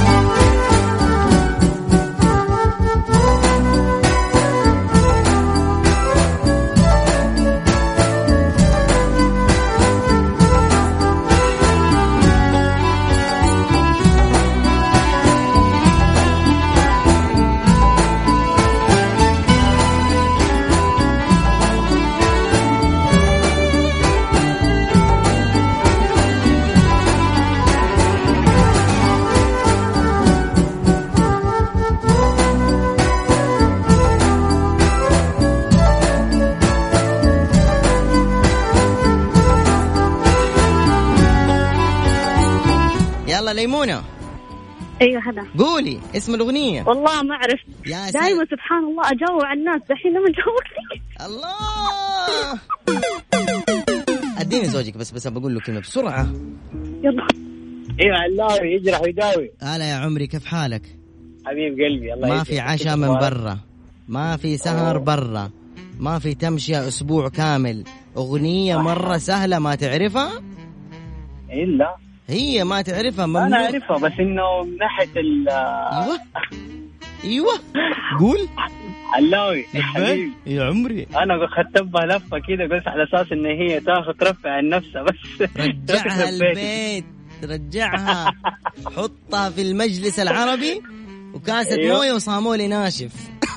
Speaker 5: ليمونة.
Speaker 11: ايوه هذا.
Speaker 5: قولي اسم الأغنية.
Speaker 11: والله ما أعرف. دائما سبحان الله أجاوب على الناس دحين لما جاوبتي.
Speaker 5: الله. اديني زوجك بس بس بقول له كلمة بسرعة.
Speaker 11: يلا.
Speaker 14: ايوه علاوي يجرح ويداوي.
Speaker 5: هلا يا عمري كيف حالك؟
Speaker 14: حبيب قلبي الله
Speaker 5: ما في عشاء من برا، ما في سهر برا، ما في تمشي أسبوع كامل. أغنية مرة سهلة ما تعرفها؟
Speaker 14: إلا
Speaker 5: هي ما تعرفها. ممنوع.
Speaker 14: أنا أعرفها بس إنه من ناحية ال
Speaker 5: أيوة أيوة قول.
Speaker 14: علاوي حبيبي
Speaker 5: يا عمري
Speaker 14: أنا خدت بها لفة كده بس على أساس إن هي تاخذ ترفع عن نفسها بس.
Speaker 5: رجعها البيت، رجعها حطها في المجلس العربي وكاسة أيوة. موية وصامولي ناشف.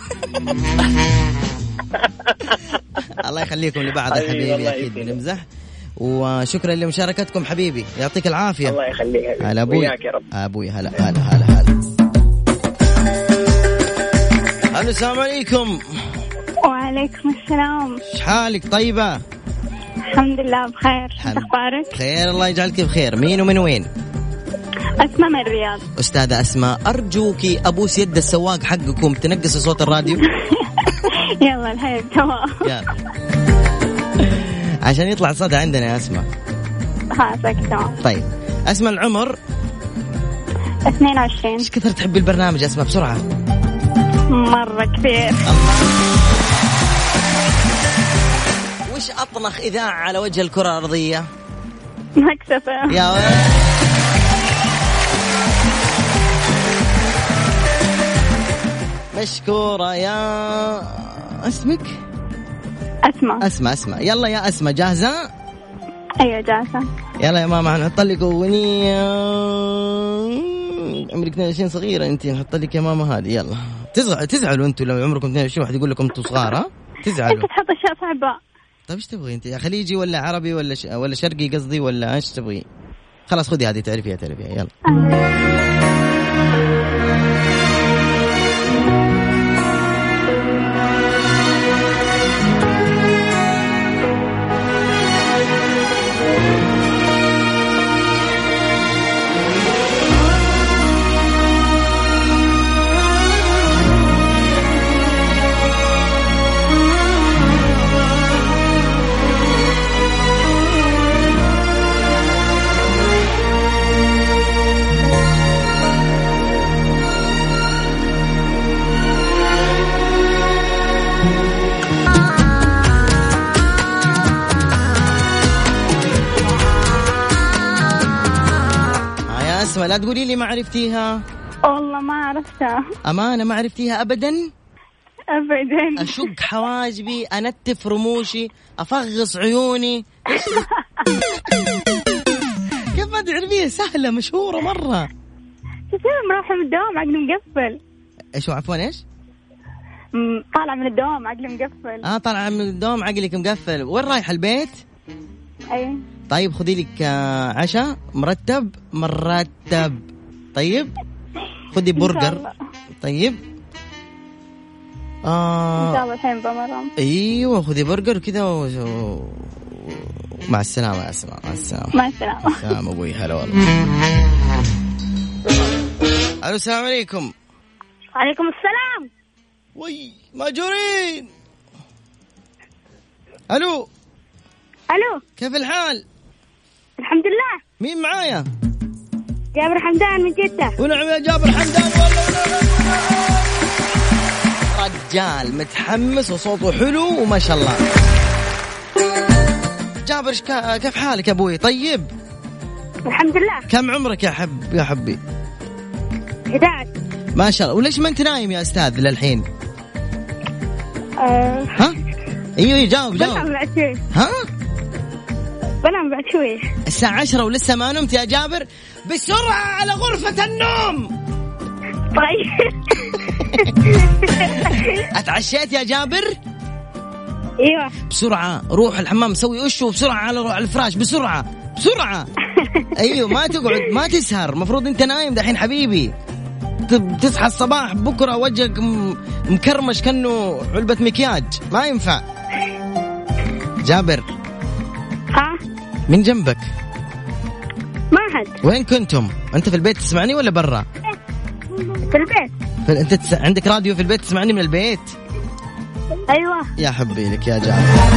Speaker 5: الله يخليكم لبعض يا حبيبي. أكيد بنمزح وشكرا لمشاركتكم حبيبي يعطيك العافية.
Speaker 14: الله يخليك.
Speaker 5: هلا أبوي يا رب. أبوي هلا هلا هلا هلا. ألو السلام عليكم.
Speaker 11: وعليكم السلام.
Speaker 5: إيش حالك طيبة؟
Speaker 11: الحمد لله بخير. إيش أخبارك؟
Speaker 5: خير الله يجعلك بخير. مين ومن وين؟
Speaker 11: أسماء من الرياض.
Speaker 5: أستاذة أسماء أرجوكي أبوس يد السواق حقكم تنقص صوت الراديو.
Speaker 11: يلا الحين تمام.
Speaker 5: يلا عشان يطلع صدى عندنا يا أسماء.
Speaker 11: ها تمام.
Speaker 5: طيب أسماء العمر
Speaker 11: اثنين وعشرين.
Speaker 5: إيش كثر تحبي البرنامج أسماء بسرعة؟
Speaker 11: مرة كثير.
Speaker 5: وش أطنخ إذاعة على وجه الكرة الأرضية؟
Speaker 11: مكسفة.
Speaker 5: يا ولد. مشكورة يا اسمك؟
Speaker 11: أسماء.
Speaker 5: أسماء أسماء. يلا يا أسماء جاهزة؟
Speaker 11: أيوة جاهزة.
Speaker 5: يلا يا ماما هنحط لك أغنية. عمرك اثنين وعشرين صغيرة أنت، نحط لك يا ماما هذه. يلا تزعل تزعلوا أنتوا لو عمركم اثنين وعشرين واحد يقول لكم أنتوا صغار. ها تزعلوا.
Speaker 11: أنت تحط أشياء صعبة.
Speaker 5: طيب إيش تبغي أنت؟ خليجي ولا عربي ولا ش... ولا شرقي قصدي ولا إيش تبغي؟ خلاص خذي هذه تعرفيها تعرفيها. يلا. لا تقولي لي ما عرفتيها.
Speaker 11: والله ما عرفتها.
Speaker 5: أمانة ما عرفتيها أبدا
Speaker 11: أبدا.
Speaker 5: أشق حواجبي، أنتف رموشي، أفغص عيوني. كيف ما تعرفيها؟ سهلة مشهورة مرة.
Speaker 11: كثير مروحة من الدوام عقلي مقفل.
Speaker 5: إيش عفوا إيش؟
Speaker 11: طالع من الدوام عقلي مقفل.
Speaker 5: آه طالع من الدوام عقلك مقفل. وين رايح البيت؟
Speaker 11: أي.
Speaker 5: طيب خذي لك عشاء مرتب مرتب. طيب خذي برجر. طيب
Speaker 11: آه. إن شاء الله الحين بمرم.
Speaker 5: أيوة خذي برجر كذا و... مع السلامة يا أسماء. مع السلامة.
Speaker 11: مع السلامة.
Speaker 5: مع السلامة أبوي. هلا والله. ألو السلام عليكم.
Speaker 11: وعليكم السلام.
Speaker 5: وي ماجورين. ألو.
Speaker 11: ألو
Speaker 5: كيف الحال؟
Speaker 11: الحمد لله.
Speaker 5: مين معايا؟
Speaker 11: جابر حمدان من جدة.
Speaker 5: ونعم يا جابر حمدان. رجال متحمس وصوته حلو وما شاء الله. جابر كيف حالك يا أبوي؟ طيب
Speaker 11: الحمد لله.
Speaker 5: كم عمرك يا حب يا حبي؟
Speaker 11: أحد عشر.
Speaker 5: ما شاء الله. وليش ما أنت نايم يا أستاذ للحين؟
Speaker 11: أه...
Speaker 5: ها؟ ايوه جاوب جاوب.
Speaker 11: بنام بعد شوي.
Speaker 5: ها؟
Speaker 11: بنام بعد شوي.
Speaker 5: الساعة عشرة ولسه ما نمت يا جابر؟ بسرعة على غرفة النوم.
Speaker 11: طيب.
Speaker 5: اتعشيت يا جابر؟
Speaker 11: ايوه.
Speaker 5: بسرعة روح الحمام سوي وشه بسرعة على الفراش بسرعة بسرعة. ايوه ما تقعد ما تسهر، مفروض انت نايم دحين حبيبي. تصحى الصباح بكرة وجهك مكرمش كأنه علبة مكياج، ما ينفع. جابر.
Speaker 11: ها؟
Speaker 5: من جنبك؟
Speaker 11: ما حد.
Speaker 5: وين كنتم؟ أنت في البيت تسمعني ولا برا؟
Speaker 11: في البيت.
Speaker 5: في... أنت تس... عندك راديو في البيت تسمعني من البيت؟
Speaker 11: أيوة.
Speaker 5: يا حبي لك يا جابر.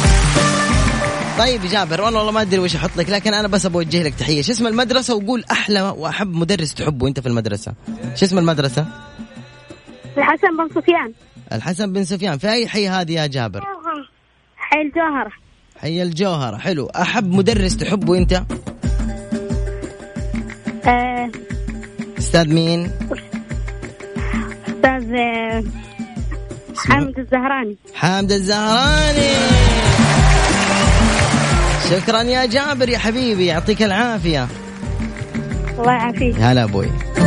Speaker 5: طيب جابر والله والله ما أدري وش أحط لك، لكن أنا بس أوجه لك تحية. شو اسم المدرسة؟ وقول أحلى وأحب مدرس تحبه أنت في المدرسة. شو اسم المدرسة؟
Speaker 11: الحسن بن سفيان.
Speaker 5: الحسن بن سفيان. في أي حي هذه يا جابر؟
Speaker 11: حي الجوهرة.
Speaker 5: حي الجوهرة. حلو. أحب مدرس تحبه أنت؟
Speaker 11: أه...
Speaker 5: أستاذ مين؟
Speaker 11: أستاذ حامد الزهراني.
Speaker 5: حامد الزهراني. شكرا يا جابر يا حبيبي، يعطيك العافية.
Speaker 11: الله يعافيك.
Speaker 5: هلا أبوي.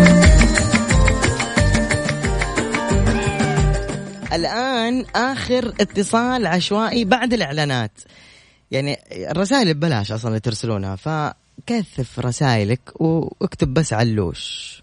Speaker 5: الآن آخر اتصال عشوائي بعد الإعلانات. يعني الرسائل ببلاش أصلا اللي ترسلونها، فكثف رسائلك واكتب بس علوش.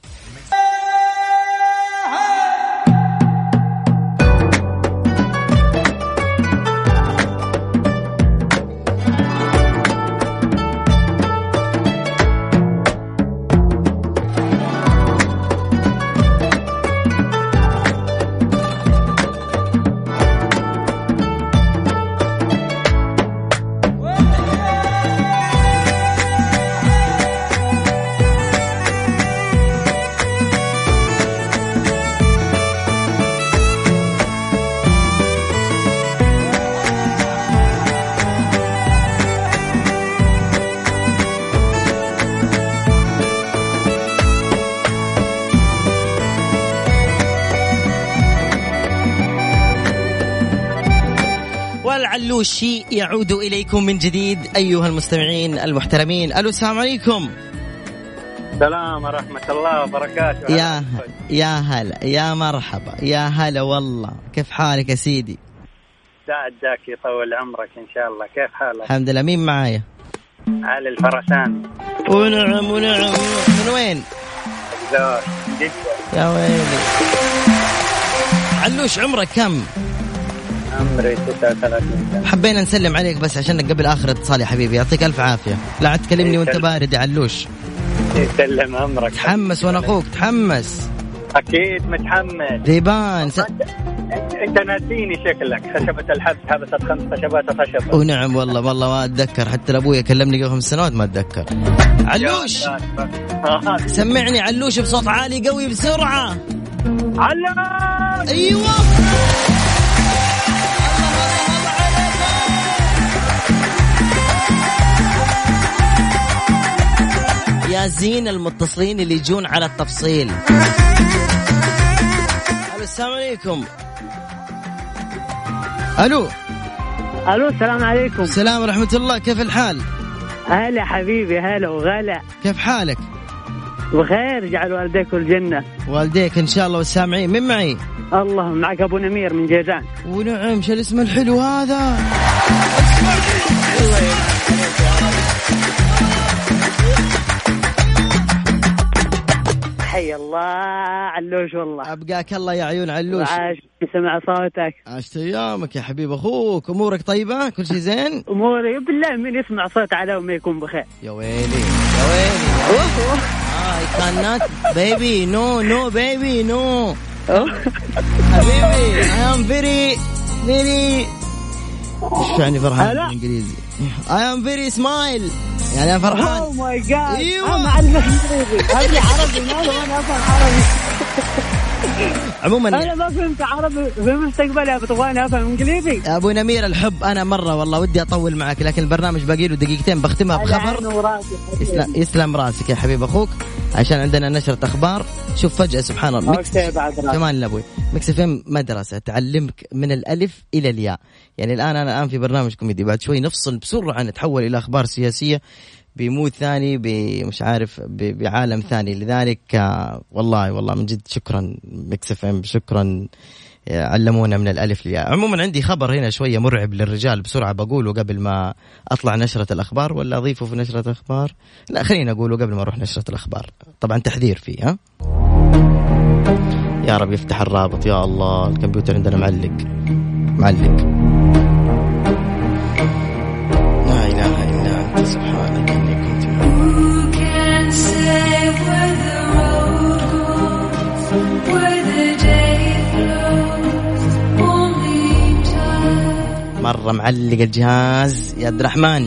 Speaker 5: والعلوشي يعود إليكم من جديد أيها المستمعين المحترمين. ألو السلام عليكم.
Speaker 6: السلام ورحمة الله وبركاته.
Speaker 5: يا يا هلا يا مرحبا يا هلا والله. كيف حالك يا سيدي؟
Speaker 6: سعد ذاك يطول عمرك إن شاء الله. كيف حالك؟
Speaker 5: الحمد لله. مين معايا؟
Speaker 6: علي الفرسان.
Speaker 5: ونعم ونعم. من وين؟
Speaker 6: الزهر جدة.
Speaker 5: يا ويلي. علوش عمرك كم؟
Speaker 6: عمري تسعة وثلاثين.
Speaker 5: حبينا نسلم عليك بس عشانك قبل آخر اتصال يا حبيبي. يعطيك ألف عافية. لا تكلمني وانت بارد يا علوش.
Speaker 6: يسلم عمرك.
Speaker 5: تحمس وانا اخوك تحمس.
Speaker 6: اكيد متحمس.
Speaker 5: ديبان س...
Speaker 6: انت ناسيني شكلك. خشبة الحبس حبست خمس خشبات خشبة.
Speaker 5: ونعم والله والله ما اتذكر، حتى ابويا كلمني قبل خمس سنوات ما اتذكر. علوش سمعني علوش بصوت عالي قوي بسرعة.
Speaker 6: علوش.
Speaker 5: ايوه يا زين المتصلين اللي يجون على التفصيل. الو السلام عليكم. الو
Speaker 14: الو السلام عليكم.
Speaker 5: السلام ورحمة الله. كيف الحال؟
Speaker 14: هلا حبيبي هلا وغلا.
Speaker 5: كيف حالك؟
Speaker 14: بخير. جعل والديك الجنة.
Speaker 5: والديك ان شاء الله والسامعين. من معي؟
Speaker 14: الله معك ابو نمير من جيزان.
Speaker 5: ونعم. شو الاسم الحلو هذا؟
Speaker 14: حي الله علوش والله.
Speaker 5: أبقاك الله يا عيون علوش.
Speaker 14: عاش سمع صوتك.
Speaker 5: عاشت أيامك يا حبيب أخوك. أمورك طيبة؟ كل شيء زين؟
Speaker 14: أموري بالله من يسمع صوت على وما يكون بخير.
Speaker 5: يا ويلي يا ويلي. I cannot baby no no baby no. حبيبي I am very very. إيش يعني فرحان بالإنجليزي؟ I am very smile. يعني أنا فرحان.
Speaker 14: Oh my God.
Speaker 5: أيوة.
Speaker 14: أنا أعلمك إنجليزي. هذه عربي. ما أنا أفهم عربي.
Speaker 5: عموما
Speaker 14: انا ما فهمت عربي في المستقبل يا بتغاني افهم انجليزي.
Speaker 5: ابو نمير الحب انا مره والله ودي اطول معك لكن البرنامج باقي له دقيقتين بختمها بخبر. يسلم, يسلم راسك يا حبيب اخوك عشان عندنا نشرة اخبار. شوف فجأة سبحان الله ميكس كمان لابوي ميكس فيم مدرسة تعلمك من الالف الى الياء. يعني الان انا الان في برنامج كوميدي بعد شوي نفصل بسرعة نتحول الى اخبار سياسية بمود ثاني بمش عارف بعالم ثاني. لذلك والله والله من جد شكرا ميكس فيم شكرا علمونا من الألف للياء. عموما عندي خبر هنا شوية مرعب للرجال بسرعة بقوله قبل ما أطلع نشرة الأخبار ولا أضيفه في نشرة الأخبار. لا خلينا أقوله قبل ما أروح نشرة الأخبار طبعا تحذير فيه. ها يا رب يفتح الرابط يا الله الكمبيوتر عندنا معلق معلق. لا إله إلا أنت سبحانك إني كنت مرة معلق الجهاز يا عبد الرحمن.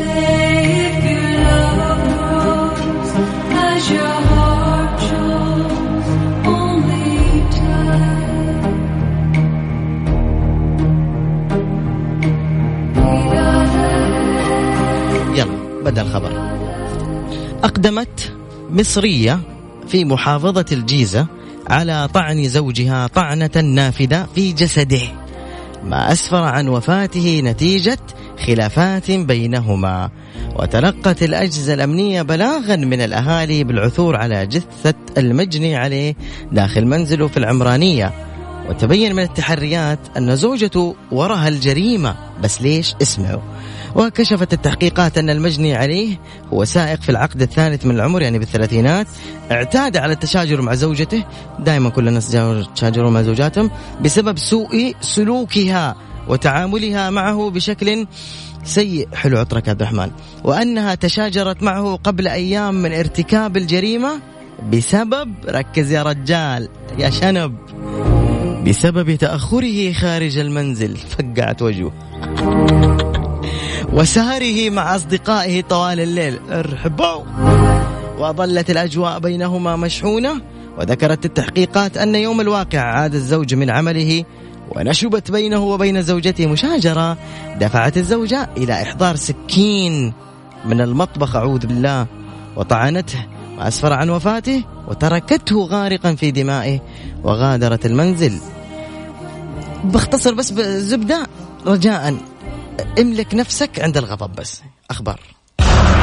Speaker 5: يلا بدأ الخبر. أقدمت مصرية في محافظة الجيزة على طعن زوجها طعنة نافذة في جسده ما أسفر عن وفاته نتيجة خلافات بينهما. وتلقت الأجهزة الأمنية بلاغا من الأهالي بالعثور على جثة المجني عليه داخل منزله في العمرانية. وتبين من التحريات أن زوجته وراها الجريمة. بس ليش؟ اسمعوا. وكشفت التحقيقات أن المجني عليه هو سائق في العقد الثالث من العمر يعني بالثلاثينات اعتاد على التشاجر مع زوجته. دائما كل الناس يتشاجرون مع زوجاتهم بسبب سوء سلوكها وتعاملها معه بشكل سيء. حلو عطرك عبد الرحمن. وأنها تشاجرت معه قبل أيام من ارتكاب الجريمة بسبب ركز يا رجال يا شنب بسبب تأخره خارج المنزل فقعت وجهه وسهره مع أصدقائه طوال الليل. ارحبوا. وظلت الأجواء بينهما مشحونة. وذكرت التحقيقات أن يوم الواقع عاد الزوج من عمله ونشبت بينه وبين زوجته مشاجرة دفعت الزوجة إلى إحضار سكين من المطبخ أعوذ بالله وطعنته وأسفر عن وفاته وتركته غارقا في دمائه وغادرت المنزل. باختصر بس بزبدة رجاء املك نفسك عند الغضب. بس أخبار